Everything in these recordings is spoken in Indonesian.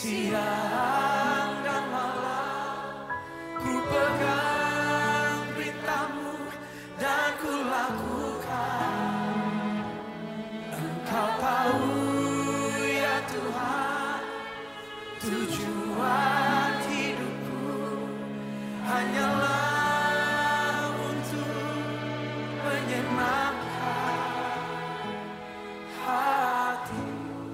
Siang dan malam ku pegang perintahmu dan ku lakukan. Engkau tahu ya Tuhan, tujuan hidupku hanyalah untuk menyenangkan hati.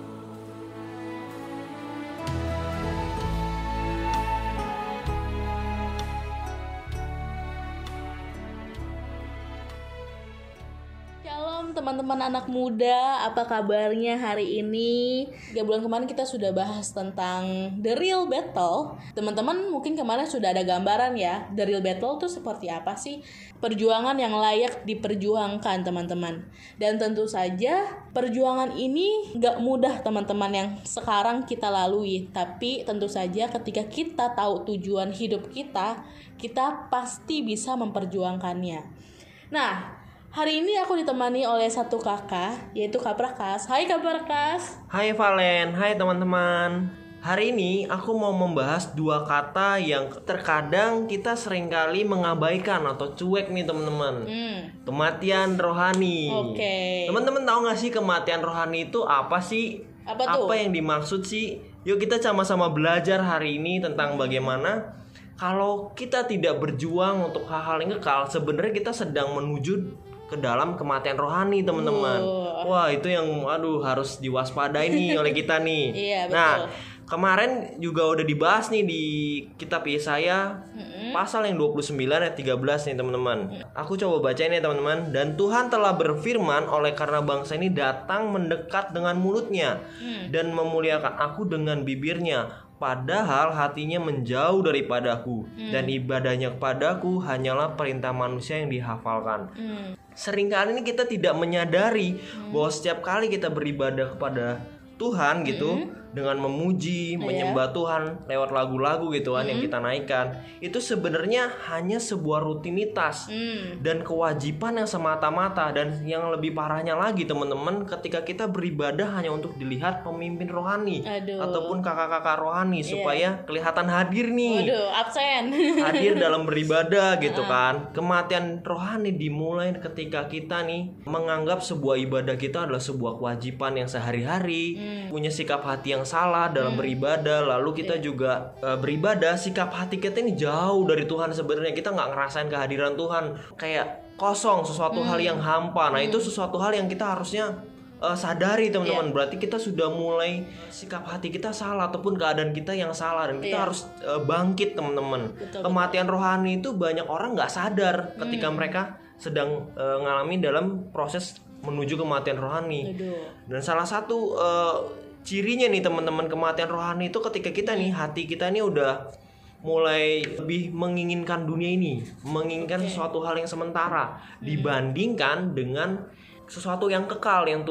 Shalom teman-teman anak muda, apa kabarnya hari ini? 3 bulan kemarin kita sudah bahas tentang The Real Battle. Teman-teman mungkin kemarin sudah ada gambaran ya, The Real Battle itu seperti apa sih? Perjuangan yang layak diperjuangkan teman-teman. Dan tentu saja perjuangan ini gak mudah teman-teman yang sekarang kita lalui. Tapi tentu saja ketika kita tahu tujuan hidup kita pasti bisa memperjuangkannya. Nah, hari ini aku ditemani oleh satu kakak, yaitu Kak Prakas. Hai Kak Prakas. Hai Valen, hai teman-teman. Hari ini aku mau membahas dua kata yang terkadang kita seringkali mengabaikan atau cuek nih teman-teman. Kematian rohani. Oke. Teman-teman tahu gak sih kematian rohani itu apa sih? Apa tuh? Apa yang dimaksud sih? Yuk kita sama-sama belajar hari ini tentang bagaimana kalau kita tidak berjuang untuk hal-hal yang kekal, sebenarnya kita sedang menuju ke dalam kematian rohani teman-teman. Wah itu yang harus diwaspadai nih oleh kita nih. Iya, betul. Nah kemarin juga udah dibahas nih di kitab Yesaya pasal yang 29 ayat 13 nih teman-teman. Aku coba bacain ya teman-teman. Dan Tuhan telah berfirman, oleh karena bangsa ini datang mendekat dengan mulutnya dan memuliakan aku dengan bibirnya, padahal hatinya menjauh daripadaku, dan ibadahnya kepadaku hanyalah perintah manusia yang dihafalkan. Seringkali ini kita tidak menyadari bahwa setiap kali kita beribadah kepada Tuhan gitu, dengan memuji, menyembah Tuhan lewat lagu-lagu gitu kan yang kita naikkan, itu sebenarnya hanya sebuah rutinitas dan kewajiban yang semata-mata. Dan yang lebih parahnya lagi teman-teman, ketika kita beribadah hanya untuk dilihat pemimpin rohani ataupun kakak-kakak rohani supaya kelihatan hadir nih. Absen. Hadir dalam beribadah gitu kan. Kematian rohani dimulai ketika kita nih menganggap sebuah ibadah kita adalah sebuah kewajiban yang sehari-hari, punya sikap hati yang salah dalam beribadah. Lalu kita juga beribadah, sikap hati kita ini jauh dari Tuhan. Sebenarnya kita nggak ngerasain kehadiran Tuhan, kayak kosong, sesuatu hal yang hampa. Nah itu sesuatu hal yang kita harusnya sadari teman-teman. Berarti kita sudah mulai sikap hati kita salah ataupun keadaan kita yang salah, dan kita harus bangkit teman-teman. Kematian rohani itu banyak orang nggak sadar ketika mereka sedang ngalamin dalam proses menuju kematian rohani. Dan salah satu cirinya nih teman-teman kematian rohani itu ketika kita nih hati kita nih udah mulai lebih menginginkan dunia ini, menginginkan sesuatu hal yang sementara dibandingkan dengan sesuatu yang kekal yang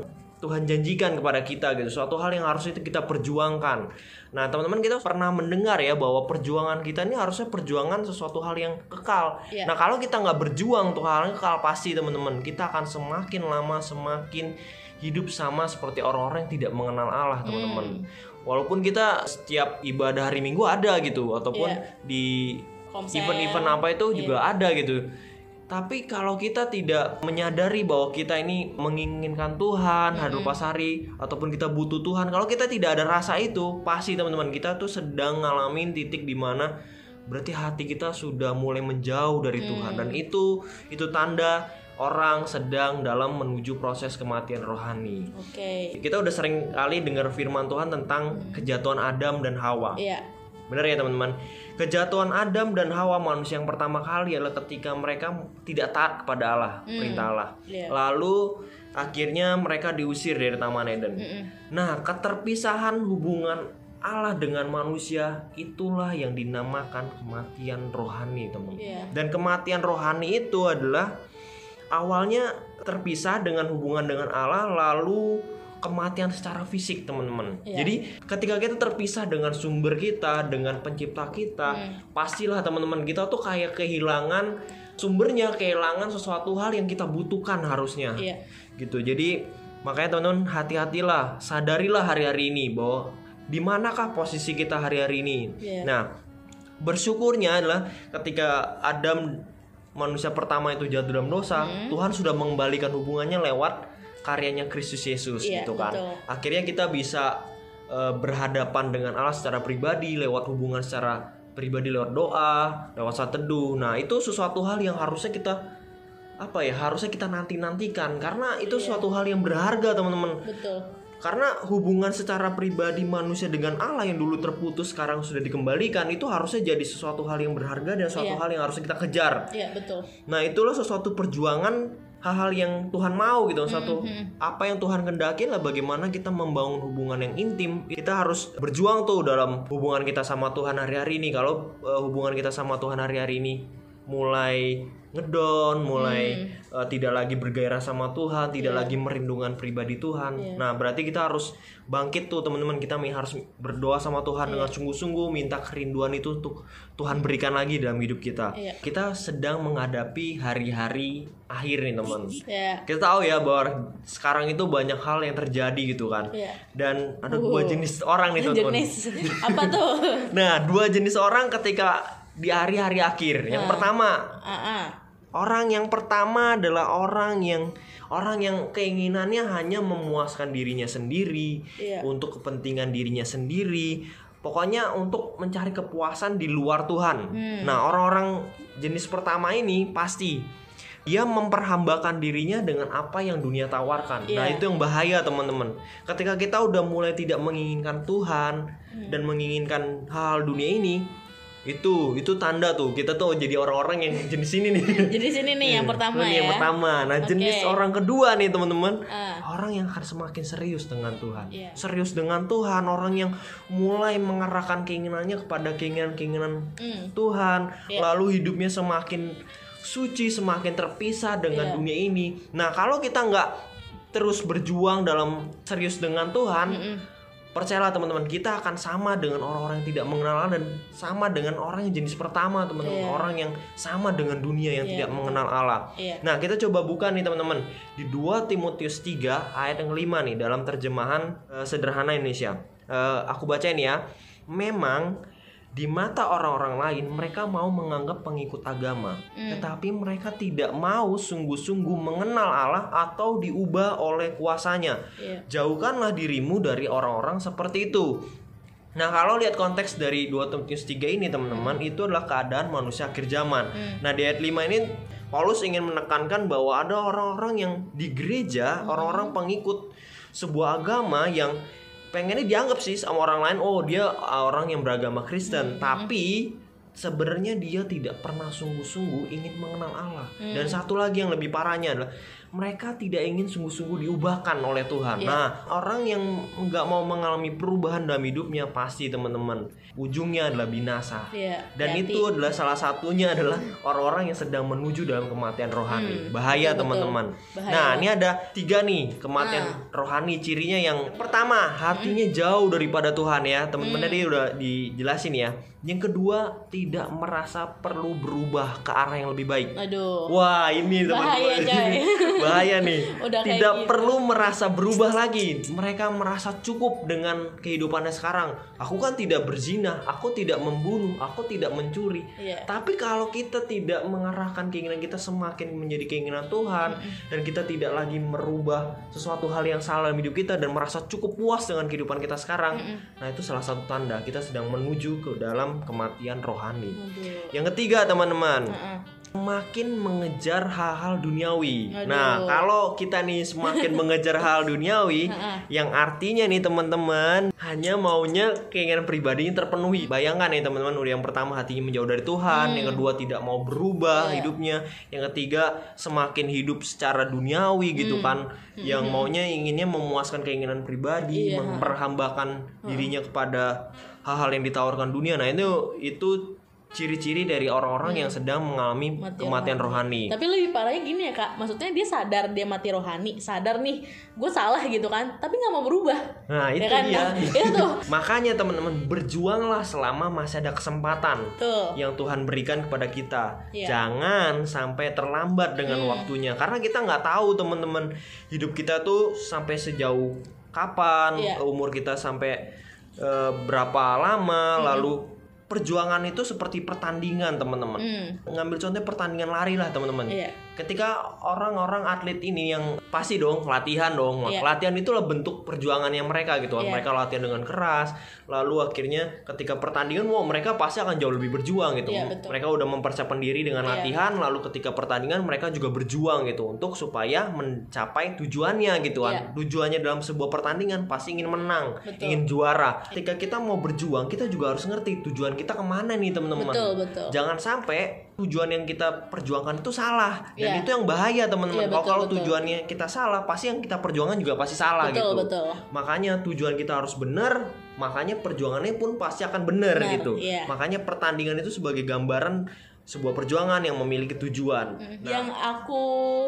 Tuhan janjikan kepada kita gitu, suatu hal yang harus itu kita perjuangkan. Nah teman-teman, kita pernah mendengar ya bahwa perjuangan kita ini harusnya perjuangan sesuatu hal yang kekal. Nah kalau kita nggak berjuang untuk hal yang kekal, pasti teman-teman kita akan semakin lama semakin hidup sama seperti orang-orang yang tidak mengenal Allah teman-teman. Walaupun kita setiap ibadah hari Minggu ada gitu, ataupun di event-event apa itu juga ada gitu. Tapi kalau kita tidak menyadari bahwa kita ini menginginkan Tuhan, hadir pas hari, ataupun kita butuh Tuhan, kalau kita tidak ada rasa itu, pasti teman-teman kita tuh sedang ngalamin titik di mana berarti hati kita sudah mulai menjauh dari Tuhan. Dan itu tanda orang sedang dalam menuju proses kematian rohani. Kita udah sering kali dengar firman Tuhan tentang kejatuhan Adam dan Hawa. Benar ya teman-teman. Kejatuhan Adam dan Hawa, manusia yang pertama kali, adalah ketika mereka tidak taat kepada Allah, perintah Allah. Lalu akhirnya mereka diusir dari Taman Eden. Nah, keterpisahan hubungan Allah dengan manusia itulah yang dinamakan kematian rohani, teman-teman. Dan kematian rohani itu adalah awalnya terpisah dengan hubungan dengan Allah, lalu kematian secara fisik, teman-teman. Jadi ketika kita terpisah dengan sumber kita, dengan pencipta kita, pastilah teman-teman kita tuh kayak kehilangan sumbernya, kehilangan sesuatu hal yang kita butuhkan harusnya. Gitu. Jadi makanya teman-teman, hati-hatilah, sadarilah hari-hari ini bahwa di manakah posisi kita hari-hari ini. Iya. Nah, bersyukurnya adalah ketika Adam manusia pertama itu jatuh dalam dosa, Tuhan sudah mengembalikan hubungannya lewat karyanya Kristus Yesus Iya, gitu kan. betul. Akhirnya kita bisa berhadapan dengan Allah secara pribadi, lewat hubungan secara pribadi, lewat doa, lewat saat teduh. Nah, itu sesuatu hal yang harusnya kita harusnya kita nantikan karena itu suatu hal yang berharga, teman-teman. Betul. Karena hubungan secara pribadi manusia dengan Allah yang dulu terputus sekarang sudah dikembalikan, itu harusnya jadi sesuatu hal yang berharga dan suatu hal yang harusnya kita kejar. Iya, betul. Nah, itulah sesuatu perjuangan, hal-hal yang Tuhan mau gitu. Apa yang Tuhan kendaki lah, bagaimana kita membangun hubungan yang intim. Kita harus berjuang tuh dalam hubungan kita sama Tuhan hari-hari ini. Kalau hubungan kita sama Tuhan hari-hari ini mulai ngedon, mulai tidak lagi bergairah sama Tuhan, tidak lagi merindukan pribadi Tuhan. Nah, berarti kita harus bangkit tuh, teman-teman. Kita harus berdoa sama Tuhan dengan sungguh-sungguh, minta kerinduan itu untuk Tuhan berikan lagi dalam hidup kita. Kita sedang menghadapi hari-hari akhir nih, teman. Kita tahu ya bahwa sekarang itu banyak hal yang terjadi gitu kan. Dan ada dua jenis orang nih, teman-teman. Jenis apa tuh? Nah, dua jenis orang ketika di hari-hari akhir. Yang pertama, orang yang pertama adalah orang yang keinginannya hanya memuaskan dirinya sendiri, untuk kepentingan dirinya sendiri. Pokoknya untuk mencari kepuasan di luar Tuhan. Nah, orang-orang jenis pertama ini pasti dia memperhambakan dirinya dengan apa yang dunia tawarkan. Nah, itu yang bahaya, teman-teman. Ketika kita udah mulai tidak menginginkan Tuhan dan menginginkan hal dunia ini, itu tanda tuh kita tuh jadi orang-orang yang jenis ini nih. Jenis ini nih yang pertama ya. Yang pertama. Nah, jenis orang kedua nih, teman-teman. Orang yang akan semakin serius dengan Tuhan. Serius dengan Tuhan, orang yang mulai mengarahkan keinginannya kepada keinginan-keinginan Tuhan, lalu hidupnya semakin suci, semakin terpisah dengan dunia ini. Nah, kalau kita nggak terus berjuang dalam serius dengan Tuhan, percayalah, teman-teman, kita akan sama dengan orang-orang yang tidak mengenal Allah dan sama dengan orang yang jenis pertama, teman-teman. Orang yang sama dengan dunia yang tidak mengenal Allah. Nah, kita coba buka nih, teman-teman, di 2 Timotius 3 ayat yang 5 nih, dalam terjemahan sederhana Indonesia. Aku bacain ya. Memang di mata orang-orang lain mereka mau menganggap pengikut agama, tetapi mereka tidak mau sungguh-sungguh mengenal Allah atau diubah oleh kuasanya. Jauhkanlah dirimu dari orang-orang seperti itu. Nah, kalau lihat konteks dari 2 Timotius 3 ini, teman-teman, itu adalah keadaan manusia akhir zaman. Nah, di ayat 5 ini Paulus ingin menekankan bahwa ada orang-orang yang di gereja, orang-orang pengikut sebuah agama yang pengennya dianggap sih sama orang lain, oh dia orang yang beragama Kristen, tapi sebenarnya dia tidak pernah sungguh-sungguh ingin mengenal Allah. Dan satu lagi yang lebih parahnya adalah mereka tidak ingin sungguh-sungguh diubahkan oleh Tuhan. Nah, orang yang nggak mau mengalami perubahan dalam hidupnya pasti, teman-teman, ujungnya adalah binasa. Dan itu adalah salah satunya adalah orang-orang yang sedang menuju dalam kematian rohani. Bahaya, teman-teman. Nah, ini ada 3 nih kematian rohani. Cirinya yang pertama, hatinya jauh daripada Tuhan ya. Teman-teman tadi udah dijelasin ya. Yang kedua, tidak merasa perlu berubah ke arah yang lebih baik. Aduh. Wah, ini teman-teman. Bahaya nih. Tidak perlu merasa berubah lagi. Mereka merasa cukup dengan kehidupannya sekarang. Aku kan tidak berzina, aku tidak membunuh, aku tidak mencuri. Tapi kalau kita tidak mengarahkan keinginan kita semakin menjadi keinginan Tuhan, dan kita tidak lagi merubah sesuatu hal yang salah dalam hidup kita dan merasa cukup puas dengan kehidupan kita sekarang, nah itu salah satu tanda kita sedang menuju ke dalam kematian rohani. Yang ketiga, teman-teman, semakin mengejar hal-hal duniawi. Nah, kalau kita nih semakin mengejar hal duniawi, yang artinya nih, teman-teman, hanya maunya keinginan pribadinya terpenuhi. Bayangkan nih, teman-teman, udah yang pertama hatinya menjauh dari Tuhan, yang kedua tidak mau berubah hidupnya, yang ketiga semakin hidup secara duniawi gitu kan, yang maunya inginnya memuaskan keinginan pribadi, memperhambakan dirinya kepada hal-hal yang ditawarkan dunia. Nah, itu ciri-ciri dari orang-orang yang sedang mengalami kematian rohani. Tapi lebih parahnya gini ya, Kak, maksudnya dia sadar dia mati rohani, sadar nih gue salah gitu kan, tapi nggak mau berubah. Nah, itu kan? dia. Itu Makanya, teman-teman, berjuanglah selama masih ada kesempatan yang Tuhan berikan kepada kita. Jangan sampai terlambat dengan waktunya, karena kita nggak tahu, teman-teman, hidup kita tuh sampai sejauh kapan, umur kita sampai berapa lama, lalu perjuangan itu seperti pertandingan teman-teman. Ngambil contoh pertandingan lari lah teman-teman. Iya. Ketika orang-orang atlet ini yang pasti dong latihan dong. Iya. Latihan itulah bentuk perjuangannya mereka gitu kan. Iya. Mereka latihan dengan keras. Lalu akhirnya ketika pertandingan mereka pasti akan jauh lebih berjuang gitu. Iya, betul. Mereka udah mempersiapkan diri dengan Iya. latihan, lalu ketika pertandingan mereka juga berjuang gitu untuk supaya mencapai tujuannya gitu kan. Iya. Tujuannya dalam sebuah pertandingan pasti ingin menang, Betul. ingin juara. Ketika kita mau berjuang, kita juga harus ngerti tujuan kita kemana nih teman-teman. Betul. Jangan sampai tujuan yang kita perjuangkan itu salah. Dan Iya. itu yang bahaya teman-teman. Iya, Kalau betul. tujuannya kita salah, pasti yang kita perjuangan juga pasti salah Betul, gitu. betul. Makanya tujuan kita harus benar, makanya perjuangannya pun pasti akan benar Benar, gitu. iya. Makanya pertandingan itu sebagai gambaran sebuah perjuangan yang memiliki tujuan. Yang aku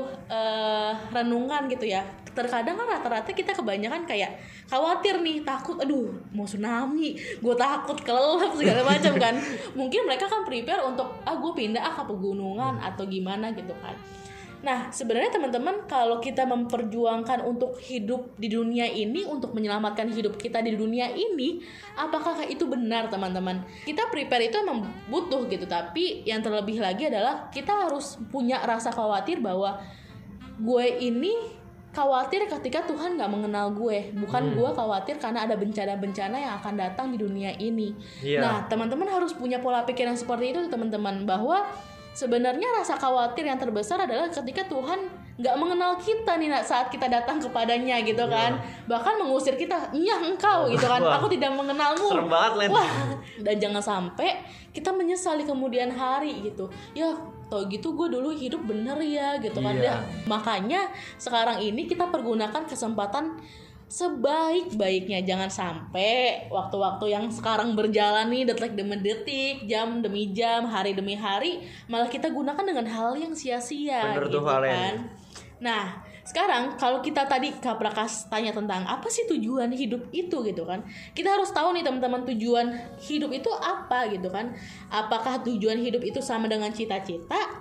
renungan gitu ya, terkadang kan rata-rata kita kebanyakan kayak khawatir nih, takut, aduh mau tsunami, gue takut kelelap segala macam kan. Mungkin mereka kan prepare untuk gue pindah ke pegunungan atau gimana gitu kan. Nah sebenarnya teman-teman, kalau kita memperjuangkan untuk hidup di dunia ini, untuk menyelamatkan hidup kita di dunia ini, apakah itu benar teman-teman? Kita prepare itu emang butuh gitu, tapi yang terlebih lagi adalah kita harus punya rasa khawatir bahwa gue ini khawatir ketika Tuhan gak mengenal gue. Bukan gue khawatir karena ada bencana-bencana yang akan datang di dunia ini. Iya. Nah teman-teman harus punya pola pikir yang seperti itu teman-teman, bahwa sebenarnya rasa khawatir yang terbesar adalah ketika Tuhan nggak mengenal kita nih saat kita datang kepadanya gitu kan. Bahkan mengusir kita, "Nyah engkau," gitu kan. Wah. "Aku tidak mengenalmu." Serem banget, Len. Wah, dan jangan sampai kita menyesal di kemudian hari gitu. Ya, tau gitu gue dulu hidup bener ya gitu kan. Iya. Makanya sekarang ini kita pergunakan kesempatan sebaik-baiknya. Jangan sampai waktu-waktu yang sekarang berjalan nih, detik demi detik, jam demi jam, hari demi hari, malah kita gunakan dengan hal yang sia-sia. Bener gitu tuh, Valen. kan. Nah sekarang kalau kita tadi Kak Prakas tanya tentang apa sih tujuan hidup itu gitu kan, kita harus tahu nih teman-teman, tujuan hidup itu apa gitu kan. Apakah tujuan hidup itu sama dengan cita-cita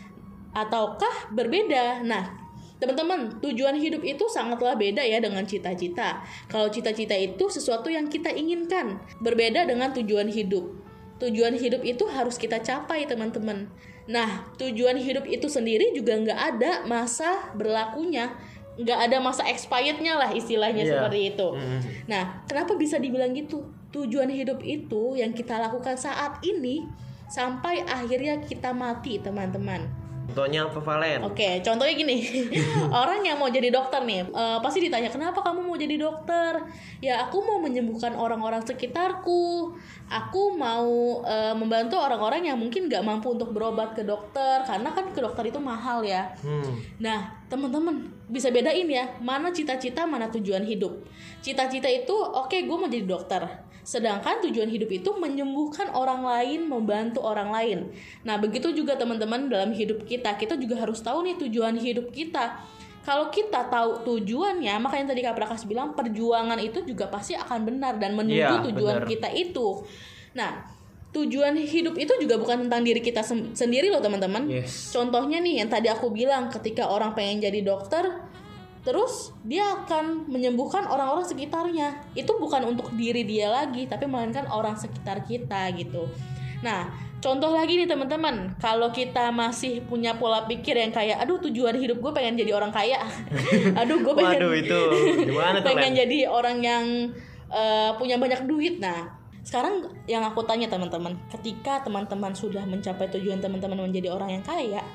ataukah berbeda? Nah teman-teman, tujuan hidup itu sangatlah beda ya dengan cita-cita. Kalau cita-cita itu sesuatu yang kita inginkan, berbeda dengan tujuan hidup. Tujuan hidup itu harus kita capai teman-teman. Nah, tujuan hidup itu sendiri juga nggak ada masa berlakunya, nggak ada masa expirednya lah istilahnya. Iya. Seperti itu. Nah, kenapa bisa dibilang gitu? Tujuan hidup itu yang kita lakukan saat ini sampai akhirnya kita mati teman-teman. Contohnya apa, Valen? Oke, contohnya gini. Orang yang mau jadi dokter nih, pasti ditanya, "Kenapa kamu mau jadi dokter?" "Ya, aku mau menyembuhkan orang-orang sekitarku. Aku mau membantu orang-orang yang mungkin gak mampu untuk berobat ke dokter, karena kan ke dokter itu mahal ya." Nah, teman-teman bisa bedain ya, mana cita-cita, mana tujuan hidup. Cita-cita itu, oke, gue mau jadi dokter. Sedangkan tujuan hidup itu menyembuhkan orang lain, membantu orang lain. Nah, begitu juga teman-teman dalam hidup kita juga harus tahu nih tujuan hidup kita. Kalau kita tahu tujuannya, makanya tadi Kak Prakas bilang perjuangan itu juga pasti akan benar dan menuju Iya, tujuan benar. kita itu. Nah, tujuan hidup itu juga bukan tentang diri kita sendiri loh teman-teman. Yes. Contohnya nih yang tadi aku bilang, ketika orang pengen jadi dokter, terus dia akan menyembuhkan orang-orang sekitarnya. Itu bukan untuk diri dia lagi, tapi melainkan orang sekitar kita gitu. Nah, contoh lagi nih teman-teman, kalau kita masih punya pola pikir yang kayak, aduh tujuan hidup gue pengen jadi orang kaya, aduh gue pengen, Waduh, itu gimana tuh, pengen Len? jadi orang yang punya banyak duit. Nah, sekarang yang aku tanya teman-teman, ketika teman-teman sudah mencapai tujuan teman-teman menjadi orang yang kaya,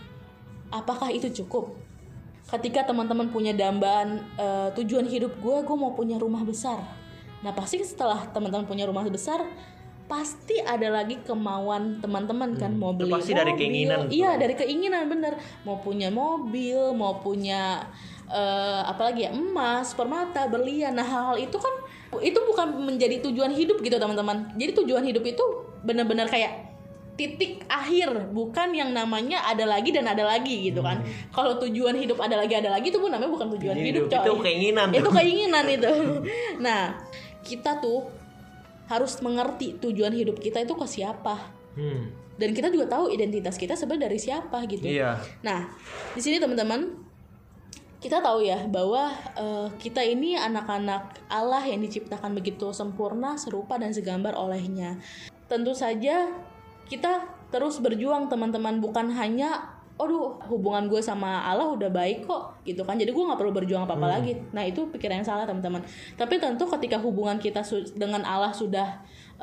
apakah itu cukup? Ketika teman-teman punya dambaan tujuan hidup gue mau punya rumah besar. Nah pasti setelah teman-teman punya rumah besar, pasti ada lagi kemauan teman-teman kan, mau itu beli pasti mobil. dari keinginan tuh. Iya, dari keinginan, bener. Mau punya mobil, mau punya apalagi ya, emas, permata, berlian. Nah hal-hal itu kan, itu bukan menjadi tujuan hidup gitu teman-teman. Jadi tujuan hidup itu benar-benar kayak titik akhir, bukan yang namanya ada lagi dan ada lagi gitu kan. Kalau tujuan hidup ada lagi itu pun namanya bukan tujuan hidup, coy. Itu keinginan tuh. Itu keinginan itu. Nah, kita tuh harus mengerti tujuan hidup kita itu ke siapa. Dan kita juga tahu identitas kita sebenarnya dari siapa gitu. Iya. Nah, di sini teman-teman, kita tahu ya bahwa kita ini anak-anak Allah yang diciptakan begitu sempurna, serupa dan segambar olehnya. Tentu saja kita terus berjuang teman-teman, bukan hanya aduh hubungan gue sama Allah udah baik kok gitu kan, jadi gue nggak perlu berjuang apa-apa lagi. Nah itu pikiran yang salah teman-teman. Tapi tentu ketika hubungan kita dengan Allah sudah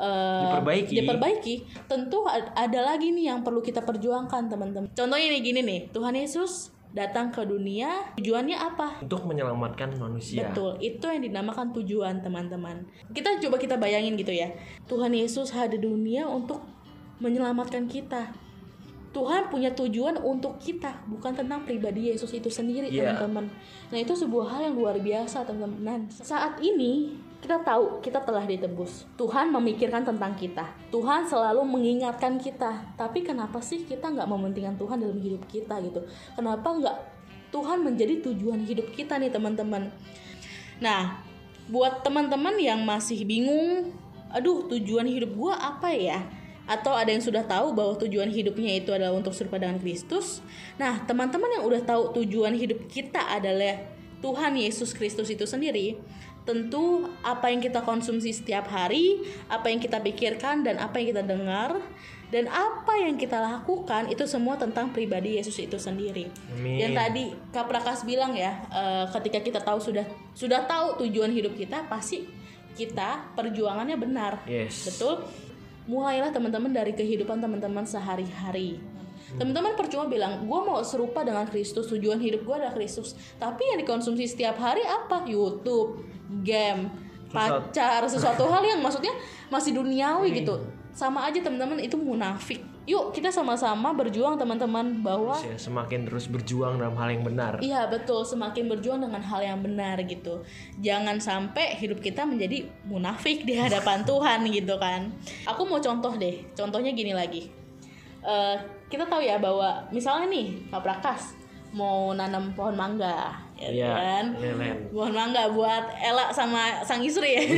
diperbaiki, tentu ada lagi nih yang perlu kita perjuangkan teman-teman. Contohnya nih gini nih, Tuhan Yesus datang ke dunia, tujuannya apa? Untuk menyelamatkan manusia. Betul, itu yang dinamakan tujuan teman-teman. Kita bayangin gitu ya, Tuhan Yesus hadir di dunia untuk menyelamatkan kita. Tuhan punya tujuan untuk kita, bukan tentang pribadi Yesus itu sendiri, teman-teman. Nah itu sebuah hal yang luar biasa teman-teman. Saat ini kita tahu kita telah ditebus. Tuhan memikirkan tentang kita. Tuhan selalu mengingatkan kita. Tapi kenapa sih kita nggak mementingkan Tuhan dalam hidup kita gitu? Kenapa nggak Tuhan menjadi tujuan hidup kita nih teman-teman? Nah, buat teman-teman yang masih bingung, aduh tujuan hidup gua apa ya? Atau ada yang sudah tahu bahwa tujuan hidupnya itu adalah untuk serupa dengan Kristus. Nah, teman-teman yang udah tahu tujuan hidup kita adalah Tuhan Yesus Kristus itu sendiri, tentu apa yang kita konsumsi setiap hari, apa yang kita pikirkan dan apa yang kita dengar dan apa yang kita lakukan itu semua tentang pribadi Yesus itu sendiri. Amin. Yang tadi Kak Prakas bilang ya, ketika kita tahu sudah tahu tujuan hidup kita, pasti kita perjuangannya benar. Yes. Betul? Mulailah teman-teman dari kehidupan teman-teman sehari-hari. Teman-teman percuma bilang, gue mau serupa dengan Kristus, tujuan hidup gue adalah Kristus. Tapi yang dikonsumsi setiap hari apa? YouTube, game, pacar, sesuatu hal yang maksudnya masih duniawi gitu. Sama aja teman-teman, itu munafik. Yuk kita sama-sama berjuang teman-teman bahwa semakin terus berjuang dalam hal yang benar. Iya betul, semakin berjuang dengan hal yang benar gitu. Jangan sampai hidup kita menjadi munafik di hadapan Tuhan gitu kan. Aku mau contoh deh, contohnya gini lagi. Kita tahu ya bahwa misalnya nih Kak Prakas mau nanam pohon mangga, ya kan? Pohon mangga buat Ella sama sang istri ya.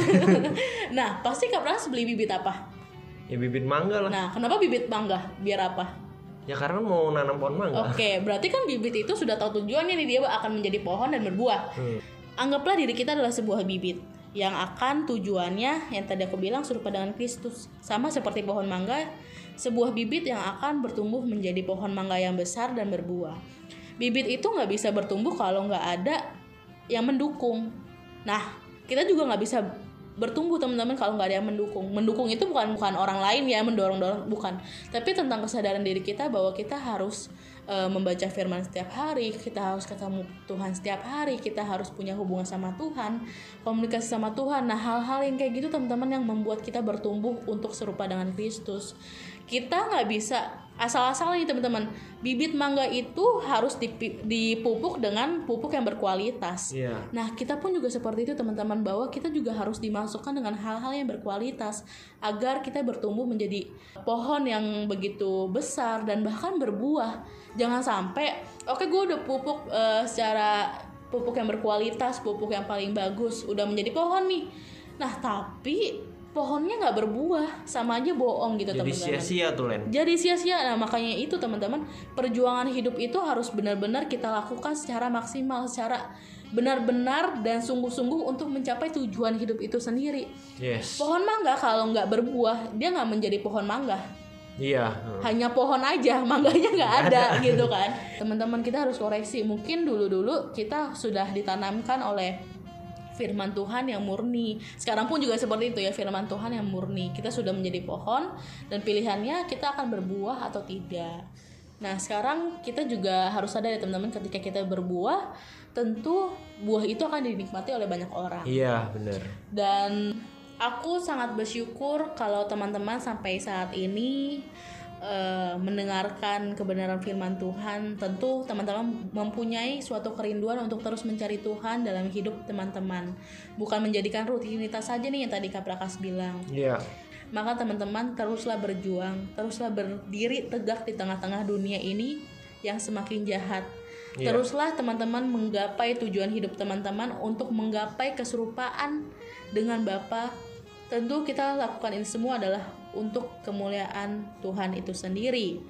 Nah pasti Kak Prakas beli bibit apa? Ya bibit mangga lah. Nah kenapa bibit mangga? Biar apa? Ya karena mau nanam pohon mangga. Oke, berarti kan bibit itu sudah tahu tujuannya nih, dia akan menjadi pohon dan berbuah. Anggaplah diri kita adalah sebuah bibit yang akan tujuannya yang tadi aku bilang serupa dengan Kristus. Sama seperti pohon mangga, sebuah bibit yang akan bertumbuh menjadi pohon mangga yang besar dan berbuah. Bibit itu nggak bisa bertumbuh kalau nggak ada yang mendukung. Nah, kita juga nggak bisa bertumbuh teman-teman kalau nggak ada yang mendukung. Mendukung itu bukan orang lain ya, mendorong-dorong, bukan. Tapi tentang kesadaran diri kita bahwa kita harus membaca firman setiap hari, kita harus ketemu Tuhan setiap hari, kita harus punya hubungan sama Tuhan, komunikasi sama Tuhan. Nah hal-hal yang kayak gitu teman-teman yang membuat kita bertumbuh untuk serupa dengan Kristus. Kita nggak bisa asal-asal nih teman-teman. Bibit mangga itu harus dipupuk dengan pupuk yang berkualitas. Nah kita pun juga seperti itu teman-teman, bahwa kita juga harus dimasukkan dengan hal-hal yang berkualitas agar kita bertumbuh menjadi pohon yang begitu besar dan bahkan berbuah. Jangan sampai oke, gue udah pupuk secara pupuk yang berkualitas, pupuk yang paling bagus, udah menjadi pohon nih. Nah tapi pohonnya nggak berbuah, sama aja bohong gitu teman-teman. Jadi sia-sia tuh Len. Jadi sia-sia. Nah makanya itu teman-teman, perjuangan hidup itu harus benar-benar kita lakukan secara maksimal, secara benar-benar dan sungguh-sungguh untuk mencapai tujuan hidup itu sendiri. Pohon mangga kalau nggak berbuah, dia nggak menjadi pohon mangga. Hanya pohon aja, mangganya nggak ada gitu kan. Teman-teman kita harus koreksi. Mungkin dulu-dulu kita sudah ditanamkan oleh firman Tuhan yang murni. Sekarang pun juga seperti itu ya, firman Tuhan yang murni. Kita sudah menjadi pohon dan pilihannya kita akan berbuah atau tidak. Nah sekarang kita juga harus sadar ya teman-teman, ketika kita berbuah, tentu buah itu akan dinikmati oleh banyak orang. Iya benar. Dan aku sangat bersyukur kalau teman-teman sampai saat ini mendengarkan kebenaran firman Tuhan. Tentu teman-teman mempunyai suatu kerinduan untuk terus mencari Tuhan dalam hidup teman-teman, bukan menjadikan rutinitas saja nih yang tadi Kak Prakas bilang. Maka teman-teman teruslah berjuang, teruslah berdiri tegak di tengah-tengah dunia ini yang semakin jahat. Teruslah teman-teman menggapai tujuan hidup teman-teman untuk menggapai keserupaan dengan Bapa. Tentu kita lakukan ini semua adalah untuk kemuliaan Tuhan itu sendiri.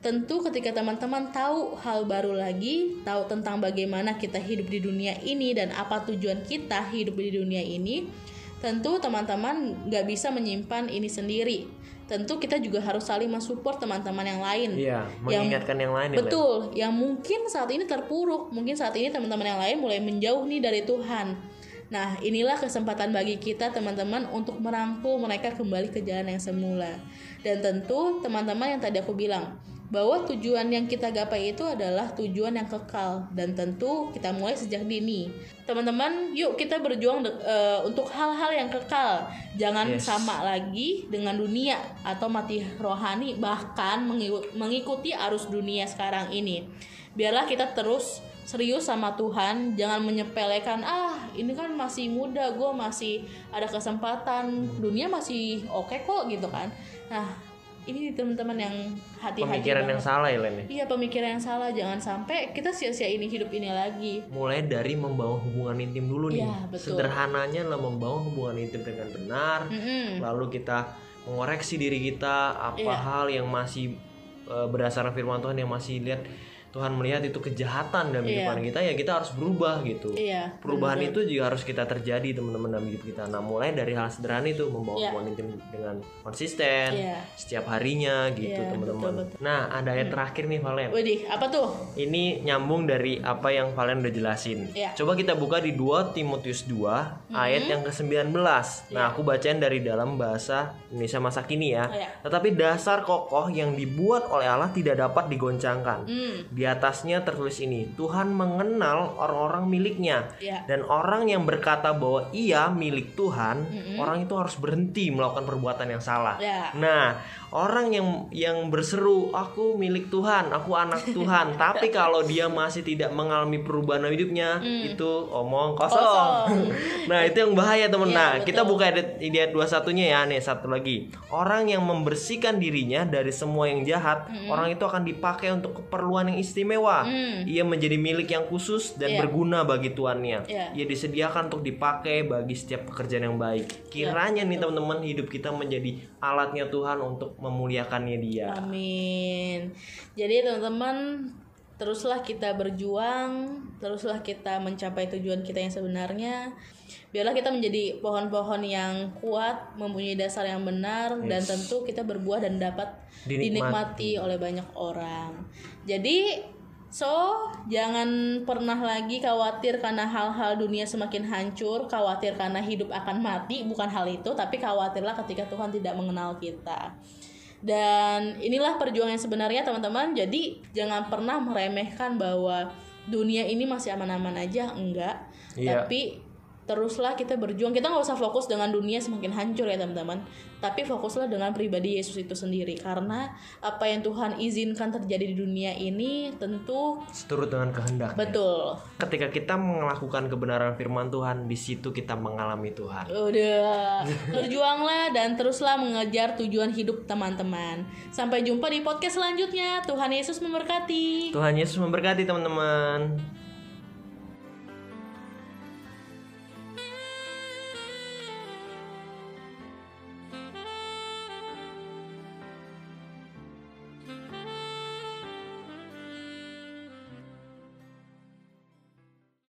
Tentu ketika teman-teman tahu hal baru lagi, tahu tentang bagaimana kita hidup di dunia ini dan apa tujuan kita hidup di dunia ini, tentu teman-teman gak bisa menyimpan ini sendiri. Tentu kita juga harus saling mensupport teman-teman yang lain. Iya, mengingatkan yang lain. Betul, yang mungkin saat ini terpuruk, mungkin saat ini teman-teman yang lain mulai menjauh nih dari Tuhan. Nah, inilah kesempatan bagi kita teman-teman untuk merangkul mereka kembali ke jalan yang semula. Dan tentu teman-teman yang tadi aku bilang, bahwa tujuan yang kita gapai itu adalah tujuan yang kekal, dan tentu kita mulai sejak dini. Teman-teman, yuk kita berjuang untuk hal-hal yang kekal. Jangan sama lagi dengan dunia atau mati rohani, bahkan mengikuti arus dunia sekarang ini. Biarlah kita terus serius sama Tuhan, jangan menyepelekan, ini kan masih muda, gue masih ada kesempatan, dunia masih oke kok gitu kan. Nah, ini teman-teman yang hati-hati pemikiran banget. Yang salah ya Len. Iya, pemikiran yang salah, jangan sampai kita sia-siain hidup ini lagi. Mulai dari membangun hubungan intim dulu nih. Iya, betul. Sederhananya lah membangun hubungan intim dengan benar. Lalu kita mengoreksi diri kita apa hal yang masih berdasarkan firman Tuhan yang masih Tuhan melihat itu kejahatan dalam kehidupan kita, ya kita harus berubah gitu. Perubahan itu juga harus kita terjadi teman-teman dalam hidup kita. Nah, mulai dari hal sederhana itu membawa hubungan intim dengan konsisten setiap harinya gitu teman-teman. Betul. Nah, ada ayat terakhir nih Valen. Widih, apa tuh? Ini nyambung dari apa yang Valen udah jelasin. Coba kita buka di 2 Timotius 2 ayat yang ke-19. Nah, aku bacain dari dalam bahasa Indonesia masa kini ya. Tetapi dasar kokoh yang dibuat oleh Allah tidak dapat digoncangkan. Di atasnya tertulis ini, Tuhan mengenal orang-orang miliknya. Dan orang yang berkata bahwa ia milik Tuhan, orang itu harus berhenti melakukan perbuatan yang salah. Nah, orang yang berseru, aku milik Tuhan, aku anak Tuhan, tapi kalau dia masih tidak mengalami perubahan hidupnya, itu omong kosong. Nah, itu yang bahaya teman. Nah, kita buka di ayat 21-nya ya. Nih, satu lagi. Orang yang membersihkan dirinya dari semua yang jahat, orang itu akan dipakai untuk keperluan yang istimewa. Ia menjadi milik yang khusus dan berguna bagi tuannya. Ia disediakan untuk dipakai bagi setiap pekerjaan yang baik. Kiranya nih teman-teman, hidup kita menjadi alatnya Tuhan untuk memuliakannya Dia. Amin. Jadi teman-teman, teruslah kita berjuang, teruslah kita mencapai tujuan kita yang sebenarnya. Biarlah kita menjadi pohon-pohon yang kuat, mempunyai dasar yang benar, dan tentu kita berbuah dan dapat dinikmati oleh banyak orang. Jadi jangan pernah lagi khawatir karena hal-hal dunia semakin hancur, khawatir karena hidup akan mati, bukan hal itu, tapi khawatirlah ketika Tuhan tidak mengenal kita. Dan inilah perjuangan yang sebenarnya teman-teman. Jadi jangan pernah meremehkan bahwa dunia ini masih aman-aman aja, enggak. Tapi teruslah kita berjuang. Kita gak usah fokus dengan dunia semakin hancur ya teman-teman, tapi fokuslah dengan pribadi Yesus itu sendiri. Karena apa yang Tuhan izinkan terjadi di dunia ini tentu seturut dengan kehendak. Betul. Ketika kita melakukan kebenaran firman Tuhan, di situ kita mengalami Tuhan. Udah, berjuanglah dan teruslah mengejar tujuan hidup teman-teman. Sampai jumpa di podcast selanjutnya. Tuhan Yesus memberkati. Tuhan Yesus memberkati teman-teman.